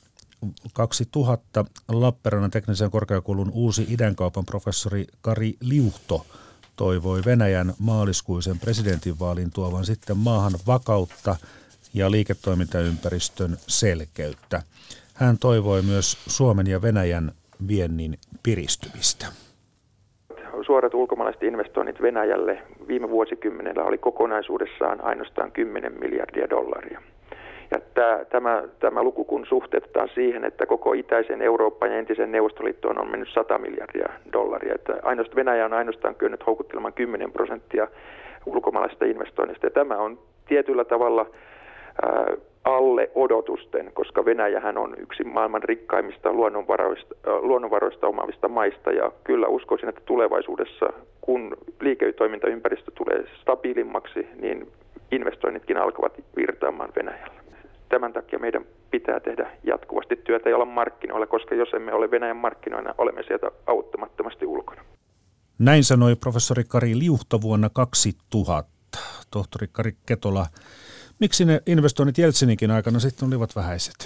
2000 Lappeenrannan teknisen korkeakoulun uusi idänkaupan professori Kari Liuhto toivoi Venäjän maaliskuisen presidentinvaalin tuovan sitten maahan vakautta ja liiketoimintaympäristön selkeyttä. Hän toivoi myös Suomen ja Venäjän viennin piristymistä.
Suorat ulkomaalaiset investoinnit Venäjälle viime vuosikymmenellä oli kokonaisuudessaan ainoastaan 10 miljardia dollaria. Ja tämä luku kun suhteutetaan siihen, että koko itäisen Euroopan ja entisen Neuvostoliittoon on mennyt 100 miljardia dollaria. Että Venäjä on ainoastaan kyennyt houkuttelemaan 10% ulkomaalaisista investoinnista. Ja tämä on tietyllä tavalla alle odotusten, koska Venäjähän on yksi maailman rikkaimmista luonnonvaroista omaavista maista. Ja kyllä uskoisin, että tulevaisuudessa, kun liiketoimintaympäristö tulee stabiilimmaksi, niin investoinnitkin alkavat virtaamaan Venäjällä. Tämän takia meidän pitää tehdä jatkuvasti työtä ja olla markkinoilla, koska jos emme ole Venäjän markkinoina, olemme sieltä auttamattomasti ulkona.
Näin sanoi professori Kari Liuhto vuonna 2000. Tohtori Kari Ketola, miksi ne investoinnit Jeltsininkin aikana sitten olivat vähäiset?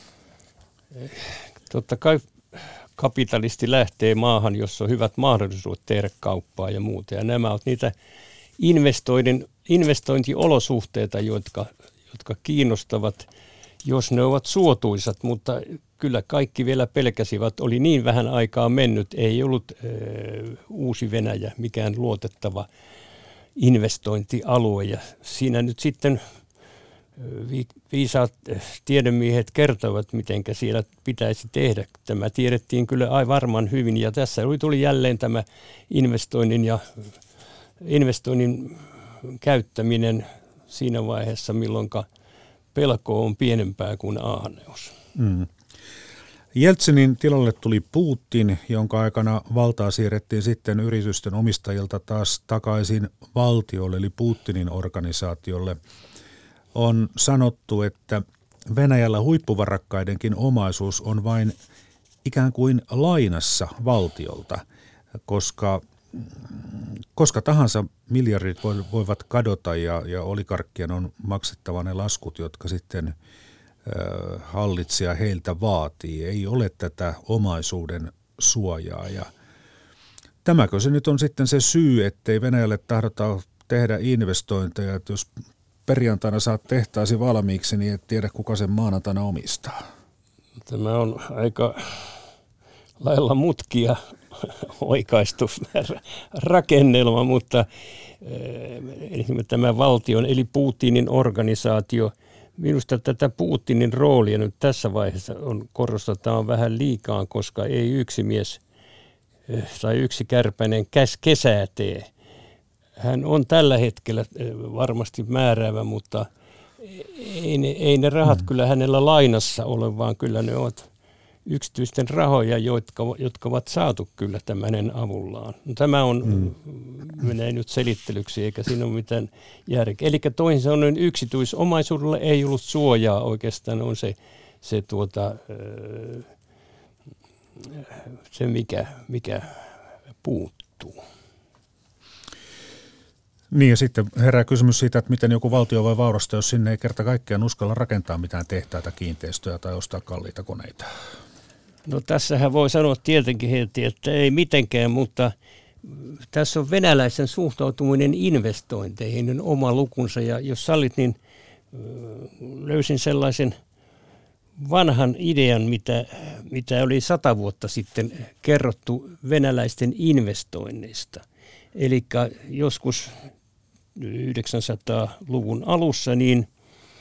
Totta kai kapitalisti lähtee maahan, jossa on hyvät mahdollisuudet tehdä kauppaa ja muuta. Ja nämä ovat niitä investoiden investointiolosuhteita, jotka kiinnostavat, jos ne ovat suotuisat, mutta kyllä kaikki vielä pelkäsivät. Oli niin vähän aikaa mennyt, ei ollut uusi Venäjä mikään luotettava investointialue. Ja siinä nyt sitten viisaat tiedemiehet kertovat, miten siellä pitäisi tehdä. Tämä tiedettiin kyllä varmaan hyvin, ja tässä tuli jälleen tämä investoinnin käyttäminen siinä vaiheessa, milloin pelko on pienempää kuin ahneus.
Jeltsinin tilalle tuli Putin, jonka aikana valtaa siirrettiin sitten yritysten omistajilta taas takaisin valtiolle, eli Putinin organisaatiolle. On sanottu, että Venäjällä huippuvarakkaidenkin omaisuus on vain ikään kuin lainassa valtiolta, koska tahansa miljardit voivat kadota ja oligarkkien on maksettava ne laskut, jotka sitten hallitsija heiltä vaatii. Ei ole tätä omaisuuden suojaa. Ja tämäkö se nyt on sitten se syy, ettei Venäjälle tahdota tehdä investointeja, että jos perjantaina saat tehtaasi valmiiksi, niin et tiedä kuka sen maanantaina omistaa. Tämä
on aika lailla mutkia oikaistu rakennelma, mutta tämä valtion eli Putinin organisaatio, minusta tätä Putinin roolia nyt tässä vaiheessa korostetaan vähän liikaa, koska ei yksi mies tai yksi kärpäinen kesää tee. Hän on tällä hetkellä varmasti määräävä, mutta ei ne rahat kyllä hänellä lainassa ole, vaan kyllä ne ovat yksityisten rahoja, jotka ovat saatu kyllä tämän avullaan. Tämä menee nyt selittelyksi, eikä siinä ole mitään järkeä. Eli toisin sanoen yksityisomaisuudelle ei ollut suojaa oikeastaan, on se mikä puuttuu.
Niin, ja sitten herää kysymys siitä, että miten joku valtio voi vaurastaa, jos sinne ei kerta kaikkiaan uskalla rakentaa mitään tehtaita, kiinteistöjä tai ostaa kalliita koneita.
No tässähän voi sanoa tietenkin heti, että ei mitenkään, mutta tässä on venäläisen suhtautuminen investointeihin oma lukunsa. Ja jos sallit, niin löysin sellaisen vanhan idean, mitä oli 100 vuotta sitten kerrottu venäläisten investoinneista. Eli joskus 900-luvun alussa niin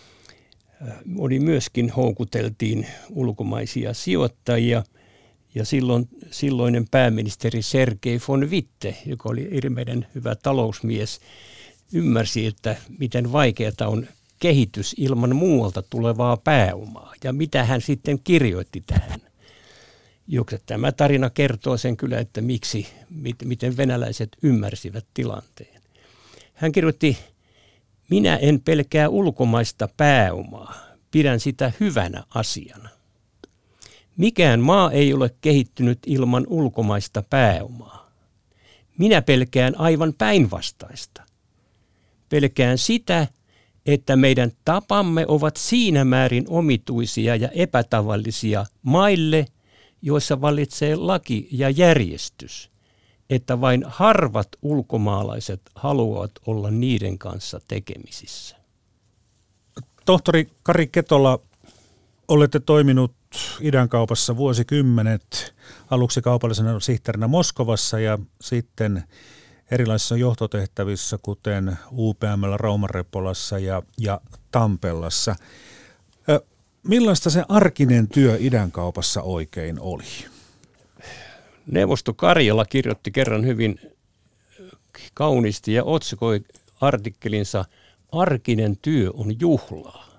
houkuteltiin ulkomaisia sijoittajia, ja silloinen pääministeri Sergei von Witte, joka oli erittäin hyvä talousmies, ymmärsi, että miten vaikeaa on kehitys ilman muualta tulevaa pääomaa, ja mitä hän sitten kirjoitti tähän. Tämä tarina kertoo sen kyllä, että miten venäläiset ymmärsivät tilanteen. Hän kirjoitti: minä en pelkää ulkomaista pääomaa, pidän sitä hyvänä asiana. Mikään maa ei ole kehittynyt ilman ulkomaista pääomaa. Minä pelkään aivan päinvastaista. Pelkään sitä, että meidän tapamme ovat siinä määrin omituisia ja epätavallisia maille, joissa vallitsee laki ja järjestys, että vain harvat ulkomaalaiset haluavat olla niiden kanssa tekemisissä.
Tohtori Kari Ketola, olette toiminut idänkaupassa vuosikymmenet, aluksi kaupallisena sihteerinä Moskovassa ja sitten erilaisissa johtotehtävissä, kuten UPM:llä, Rauman Repolassa ja Tampellassa. Millaista se arkinen työ idänkaupassa oikein oli?
Neuvosto Karjala kirjoitti kerran hyvin kauniisti ja otsikoi artikkelinsa "Arkinen työ on juhlaa".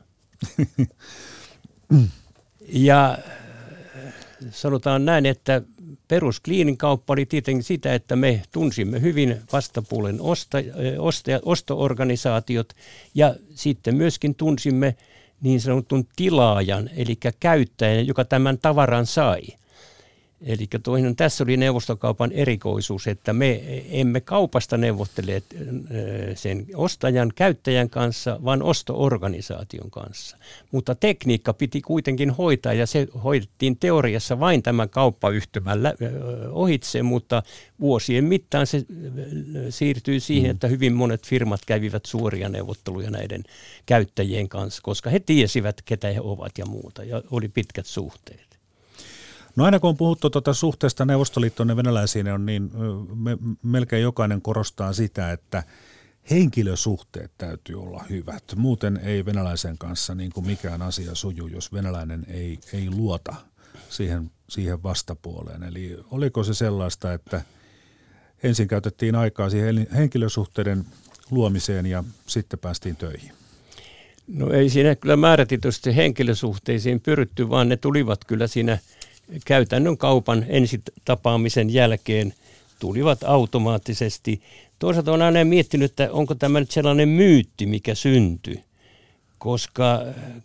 Ja sanotaan näin, että peruskliininkauppa oli tietenkin sitä, että me tunsimme hyvin vastapuolen osto-organisaatiot ja sitten myöskin tunsimme niin sanotun tilaajan, eli käyttäjän, joka tämän tavaran sai. Eli toinen tässä oli neuvostokaupan erikoisuus, että me emme kaupasta neuvotteleet sen ostajan, käyttäjän kanssa, vaan osto-organisaation kanssa. Mutta tekniikka piti kuitenkin hoitaa ja se hoidettiin teoriassa vain tämän kauppayhtymän ohitse, mutta vuosien mittaan se siirtyi siihen, että hyvin monet firmat kävivät suoria neuvotteluja näiden käyttäjien kanssa, koska he tiesivät, ketä he ovat ja muuta ja oli pitkät suhteet.
No aina kun on puhuttu suhteesta Neuvostoliittoon ja venäläisiin, niin melkein jokainen korostaa sitä, että henkilösuhteet täytyy olla hyvät. Muuten ei venäläisen kanssa niin kuin mikään asia suju, jos venäläinen ei luota siihen vastapuoleen. Eli oliko se sellaista, että ensin käytettiin aikaa siihen henkilösuhteiden luomiseen ja sitten päästiin töihin?
No ei siinä kyllä määrätietoisesti henkilösuhteisiin pyritty, vaan ne tulivat kyllä siinä käytännön kaupan ensitapaamisen jälkeen tulivat automaattisesti. Toisaalta olen aina miettinyt, että onko tämä nyt sellainen myytti, mikä syntyi, koska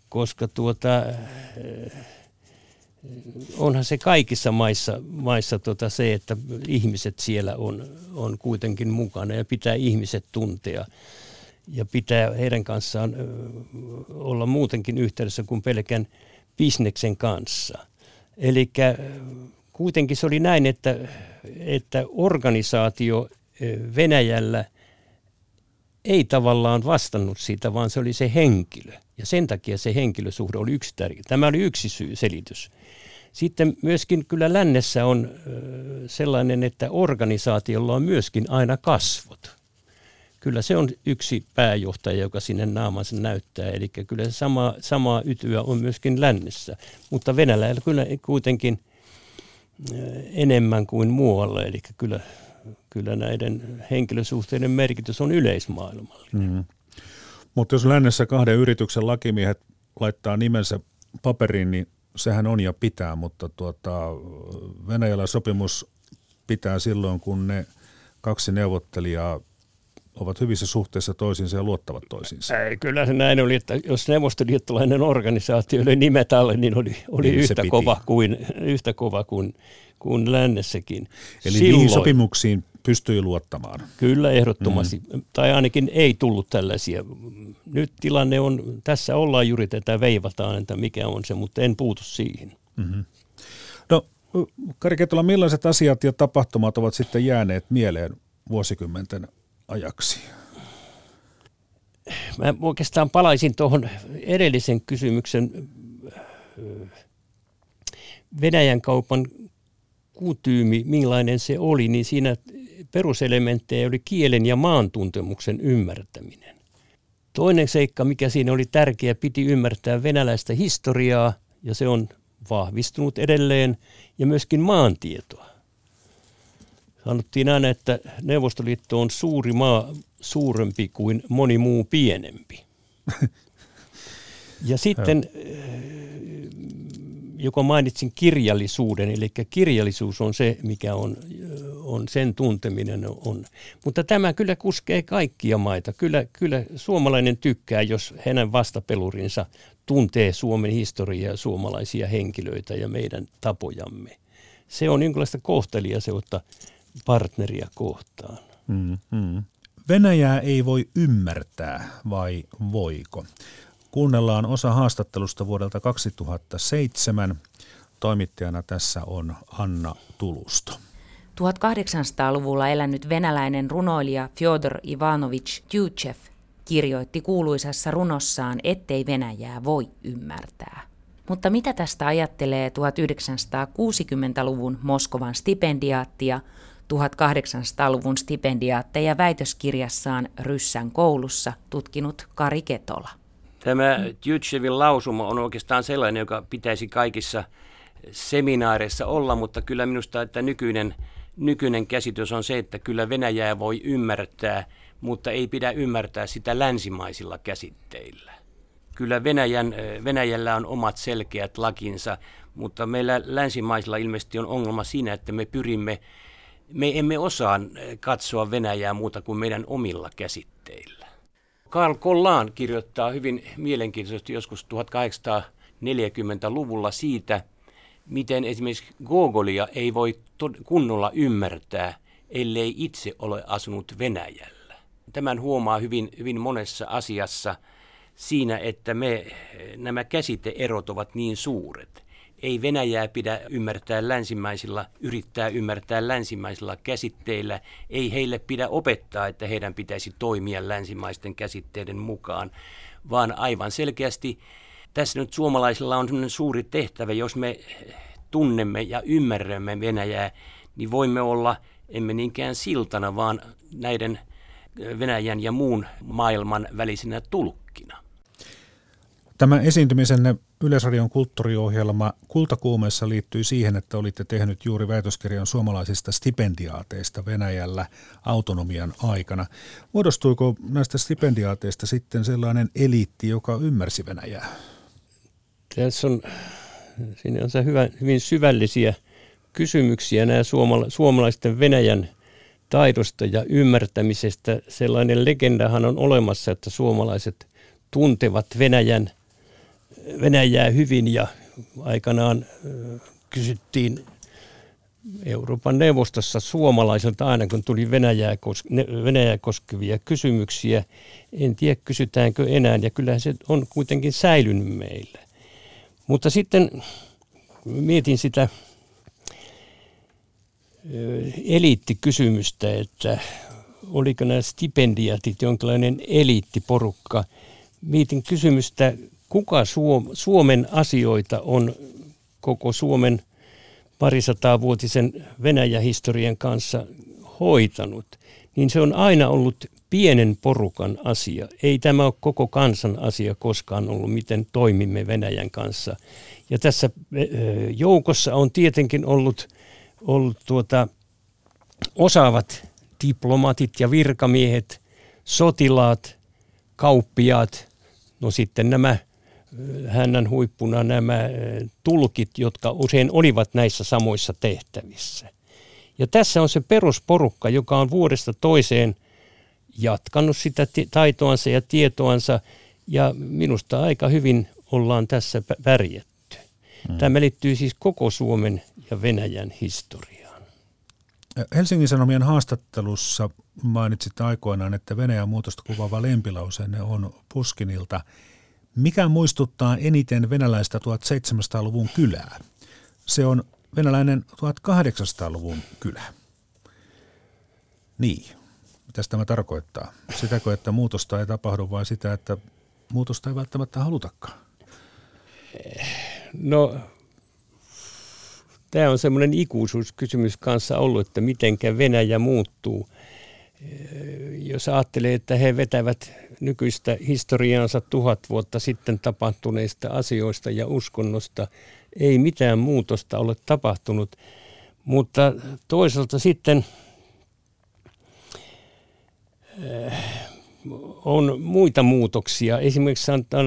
onhan se kaikissa maissa se, että ihmiset siellä on kuitenkin mukana ja pitää ihmiset tuntea ja pitää heidän kanssaan olla muutenkin yhteydessä kuin pelkän bisneksen kanssa. Eli kuitenkin se oli näin, että organisaatio Venäjällä ei tavallaan vastannut siitä, vaan se oli se henkilö. Ja sen takia se henkilösuhde oli yksi tärkeä. Tämä oli yksi selitys. Sitten myöskin kyllä lännessä on sellainen, että organisaatiolla on myöskin aina kasvot. Kyllä se on yksi pääjohtaja, joka sinne naamansa näyttää, eli kyllä se samaa ytyä on myöskin lännessä, mutta Venäjällä kyllä kuitenkin enemmän kuin muualla, eli kyllä näiden henkilösuhteiden merkitys on yleismaailmallinen. Mm-hmm.
Mutta jos lännessä kahden yrityksen lakimiehet laittaa nimensä paperiin, niin sehän on ja pitää, mutta Venäjällä sopimus pitää silloin, kun ne kaksi neuvottelijaa ovat hyvissä suhteissa toisiinsa ja luottavat toisiinsa.
Ei, kyllä se näin oli, että jos neuvostoliittolainen organisaatio oli nimet alle, niin oli niin yhtä kova kuin lännessäkin.
Eli niihin sopimuksiin pystyi luottamaan.
Kyllä ehdottomasti, tai ainakin ei tullut tällaisia. Nyt tilanne on, tässä ollaan juuri tätä veivataan, että mikä on se, mutta en puutu siihen. Mm-hmm.
No Kari Ketola, millaiset asiat ja tapahtumat ovat sitten jääneet mieleen vuosikymmenten ajaksi?
Mä oikeastaan palaisin tuohon edellisen kysymyksen Venäjän kaupan kutyymi, millainen se oli, niin siinä peruselementtejä oli kielen ja maantuntemuksen ymmärtäminen. Toinen seikka, mikä siinä oli tärkeä, piti ymmärtää venäläistä historiaa, ja se on vahvistunut edelleen, ja myöskin maantietoa. Sanottiin aina, että Neuvostoliitto on suuri maa, suurempi kuin moni muu pienempi. Ja sitten, joka mainitsin kirjallisuuden, eli kirjallisuus on se, mikä on sen tunteminen on. Mutta tämä kyllä koskee kaikkia maita. Kyllä suomalainen tykkää, jos hänen vastapelurinsa tuntee Suomen historiaa ja suomalaisia henkilöitä ja meidän tapojamme. Se on jonkinlaista kohteliaisuutta partneria kohtaan.
Venäjää ei voi ymmärtää, vai voiko? Kuunnellaan osa haastattelusta vuodelta 2007. Toimittajana tässä on Anna Tulusto.
1800-luvulla elänyt venäläinen runoilija Fjodor Ivanovich Tjuchev kirjoitti kuuluisassa runossaan, ettei Venäjää voi ymmärtää. Mutta mitä tästä ajattelee 1960-luvun Moskovan stipendiaattia, 1800-luvun stipendiaatteja väitöskirjassaan Ryssän koulussa tutkinut Kari Ketola?
Tämä Tjuchevin lausuma on oikeastaan sellainen, joka pitäisi kaikissa seminaareissa olla, mutta kyllä minusta, että nykyinen käsitys on se, että kyllä Venäjää voi ymmärtää, mutta ei pidä ymmärtää sitä länsimaisilla käsitteillä. Kyllä Venäjällä on omat selkeät lakinsa, mutta meillä länsimaisilla ilmeisesti on ongelma siinä, että me emme osaa katsoa Venäjää muuta kuin meidän omilla käsitteillä. Karl Collan kirjoittaa hyvin mielenkiintoisesti joskus 1840-luvulla siitä, miten esimerkiksi Gogolia ei voi kunnolla ymmärtää, ellei itse ole asunut Venäjällä. Tämän huomaa hyvin, hyvin monessa asiassa siinä, että nämä käsiteerot ovat niin suuret. Ei Venäjää pidä yrittää ymmärtää länsimaisilla käsitteillä. Ei heille pidä opettaa, että heidän pitäisi toimia länsimaisten käsitteiden mukaan, vaan aivan selkeästi tässä nyt suomalaisilla on sellainen suuri tehtävä, jos me tunnemme ja ymmärrämme Venäjää, niin voimme olla, emme niinkään siltana, vaan näiden Venäjän ja muun maailman välisenä tulkkina.
Tämä esiintymisenne Yleisradion kulttuuriohjelma Kultakuumeessa liittyy siihen, että olitte tehnyt juuri väitöskirjan suomalaisista stipendiaateista Venäjällä autonomian aikana. Muodostuiko näistä stipendiaateista sitten sellainen eliitti, joka ymmärsi Venäjää?
Siinä on se hyvin syvällisiä kysymyksiä nämä suomalaisten Venäjän taidosta ja ymmärtämisestä. Sellainen legendahan on olemassa, että suomalaiset tuntevat Venäjää hyvin ja aikanaan kysyttiin Euroopan neuvostossa suomalaisilta aina, kun tuli Venäjää koskevia kysymyksiä. En tiedä, kysytäänkö enää, ja kyllähän se on kuitenkin säilynyt meillä. Mutta sitten mietin sitä eliittikysymystä, että oliko nämä stipendiatit jonkinlainen eliittiporukka. Mietin kysymystä, kuka Suomen asioita on koko Suomen parisataavuotisen Venäjä-historian kanssa hoitanut, niin se on aina ollut pienen porukan asia. Ei tämä ole koko kansan asia koskaan ollut, miten toimimme Venäjän kanssa. Ja tässä joukossa on tietenkin ollut osaavat diplomaatit ja virkamiehet, sotilaat, kauppiaat, no sitten nämä hännän huippuna nämä tulkit, jotka usein olivat näissä samoissa tehtävissä. Ja tässä on se perusporukka, joka on vuodesta toiseen jatkanut sitä taitoansa ja tietoansa, ja minusta aika hyvin ollaan tässä pärjätty. Tämä liittyy siis koko Suomen ja Venäjän historiaan.
Helsingin Sanomien haastattelussa mainitsit aikoinaan, että Venäjän muutosta kuvaava lempilauseenne on Puskinilta. Mikä muistuttaa eniten venäläistä 1700-luvun kylää? Se on venäläinen 1800-luvun kylä. Niin, mitä tämä tarkoittaa? Sitäkö, että muutosta ei tapahdu, vai sitä, että muutosta ei välttämättä halutakaan?
No, tämä on semmoinen ikuisuuskysymys kanssa ollut, että mitenkä Venäjä muuttuu. Jos ajattelee, että he vetävät nykyistä historiaansa 1000 vuotta sitten tapahtuneista asioista ja uskonnosta, ei mitään muutosta ole tapahtunut. Mutta toisaalta sitten on muita muutoksia. Esimerkiksi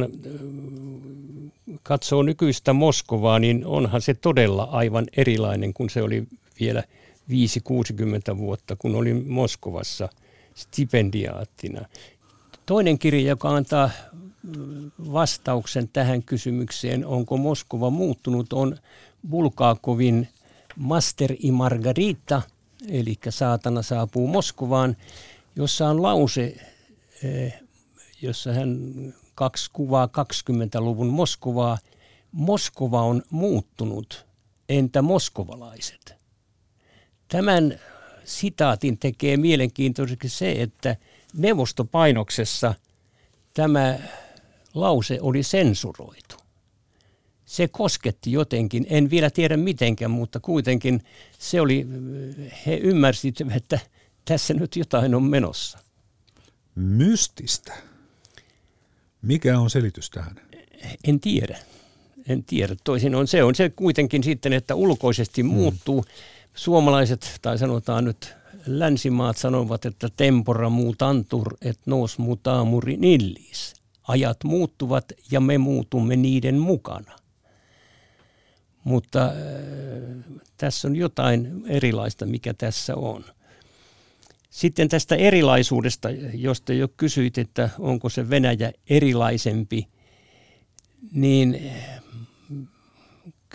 katsoo nykyistä Moskovaa, niin onhan se todella aivan erilainen kuin se oli vielä 5-60 vuotta, kun olin Moskovassa stipendiaattina. Toinen kirja, joka antaa vastauksen tähän kysymykseen, onko Moskova muuttunut, on Bulgakovin Master i Margarita, eli Saatana saapuu Moskovaan, jossa on lause, jossa hän kuvaa 20-luvun Moskovaa. Moskova on muuttunut, entä moskovalaiset? Tämän sitaatin tekee mielenkiintoiseksi se, että neuvostopainoksessa tämä lause oli sensuroitu. Se kosketti jotenkin, en vielä tiedä mitenkään, mutta kuitenkin he ymmärsivät, että tässä nyt jotain on menossa.
Mystistä. Mikä on selitys tähän?
En tiedä. Toisin on se kuitenkin sitten, että ulkoisesti muuttuu. Suomalaiset, tai sanotaan nyt länsimaat sanovat, että tempora mutantur et nos mutamuri nillis. Ajat muuttuvat ja me muutumme niiden mukana. Mutta tässä on jotain erilaista, mikä tässä on. Sitten tästä erilaisuudesta, josta jo kysyit, että onko se Venäjä erilaisempi, niin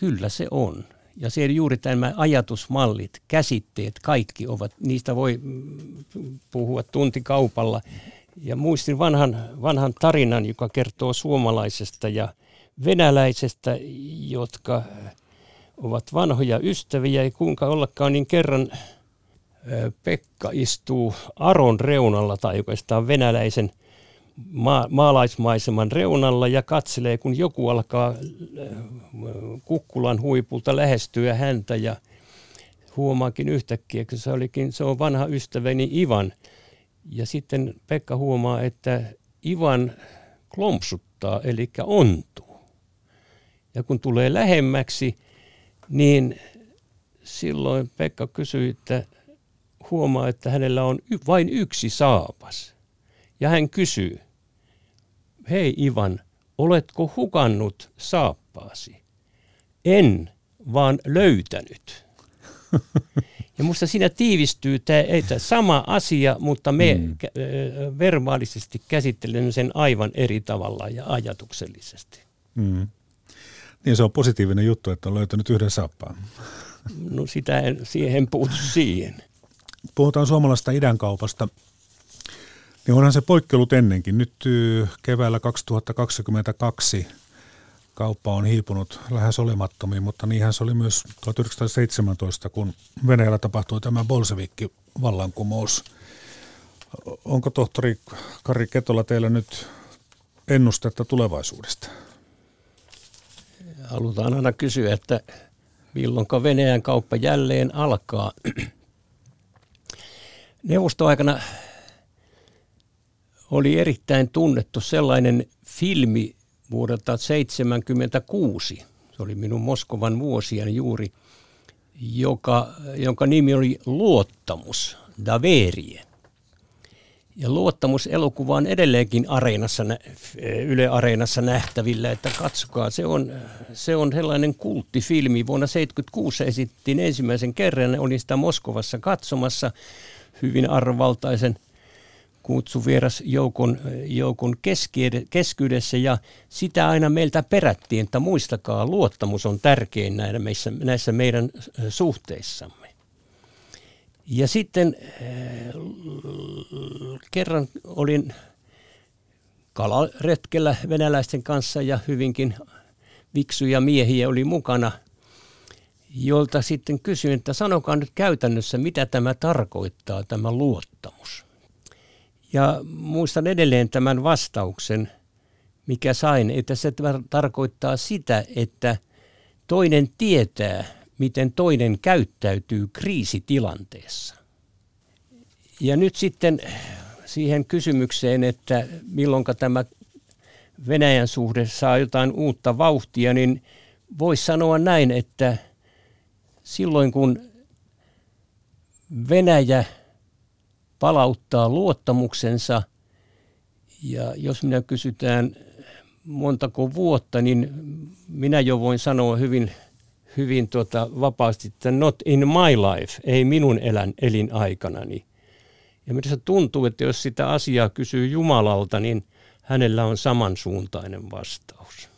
Kyllä se on. Ja se juuri tämä ajatusmallit, käsitteet, kaikki ovat, niistä voi puhua tuntikaupalla. Ja muistin vanhan tarinan, joka kertoo suomalaisesta ja venäläisestä, jotka ovat vanhoja ystäviä. Ja kuinka ollakaan, niin kerran Pekka istuu Aron reunalla tai oikeastaan venäläisen maalaismaiseman reunalla ja katselee, kun joku alkaa kukkulan huipulta lähestyä häntä ja huomaakin yhtäkkiä, että se on vanha ystäväni Ivan. Ja sitten Pekka huomaa, että Ivan klompsuttaa, eli ontuu. Ja kun tulee lähemmäksi, niin silloin Pekka kysyy, että huomaa, että hänellä on vain yksi saapas. Ja hän kysyy, hei Ivan, oletko hukannut saappaasi? En, vaan löytänyt. Ja musta siinä tiivistyy tämä sama asia, mutta me verbaalisesti käsittelemme sen aivan eri tavalla ja ajatuksellisesti.
Niin se on positiivinen juttu, että on löytänyt yhden saappaan.
No siihen puutu siihen.
Puhutaan suomalaisesta idänkaupasta. Niin onhan se poikkeillut ennenkin. Nyt keväällä 2022 kauppa on hiipunut lähes olemattomiin, mutta niinhän se oli myös 1917, kun Venäjällä tapahtui tämä bolsevikki-vallankumous. Onko tohtori Kari Ketola teillä nyt ennustetta tulevaisuudesta?
Halutaan aina kysyä, että milloinka Venäjän kauppa jälleen alkaa. Neuvostoaikana oli erittäin tunnettu sellainen filmi vuodelta 1976. Se oli minun Moskovan vuosiani juuri, jonka nimi oli Luottamus, Daverie. Ja Luottamus-elokuva on edelleenkin Yle Areenassa nähtävillä, että katsokaa, se on sellainen kulttifilmi. Vuonna 1976 esittiin ensimmäisen kerran, olin sitä Moskovassa katsomassa hyvin arvovaltaisen kutsuvieras joukon keskyydessä, ja sitä aina meiltä perättiin, että muistakaa, luottamus on tärkein näissä meidän suhteissamme. Ja sitten kerran olin kalaretkellä venäläisten kanssa ja hyvinkin viksuja miehiä oli mukana, jolta sitten kysyin, että sanokaa nyt käytännössä, mitä tämä tarkoittaa, tämä luottamus. Ja muistan edelleen tämän vastauksen, mikä sain, että se tarkoittaa sitä, että toinen tietää, miten toinen käyttäytyy kriisitilanteessa. Ja nyt sitten siihen kysymykseen, että milloinka tämä Venäjän suhde saa jotain uutta vauhtia, niin voisi sanoa näin, että silloin kun Venäjä palauttaa luottamuksensa, ja jos minä kysytään montako vuotta, niin minä jo voin sanoa hyvin vapaasti, että not in my life, ei minun elinaikanani. Ja minusta tuntuu, että jos sitä asiaa kysyy Jumalalta, niin hänellä on samansuuntainen vastaus.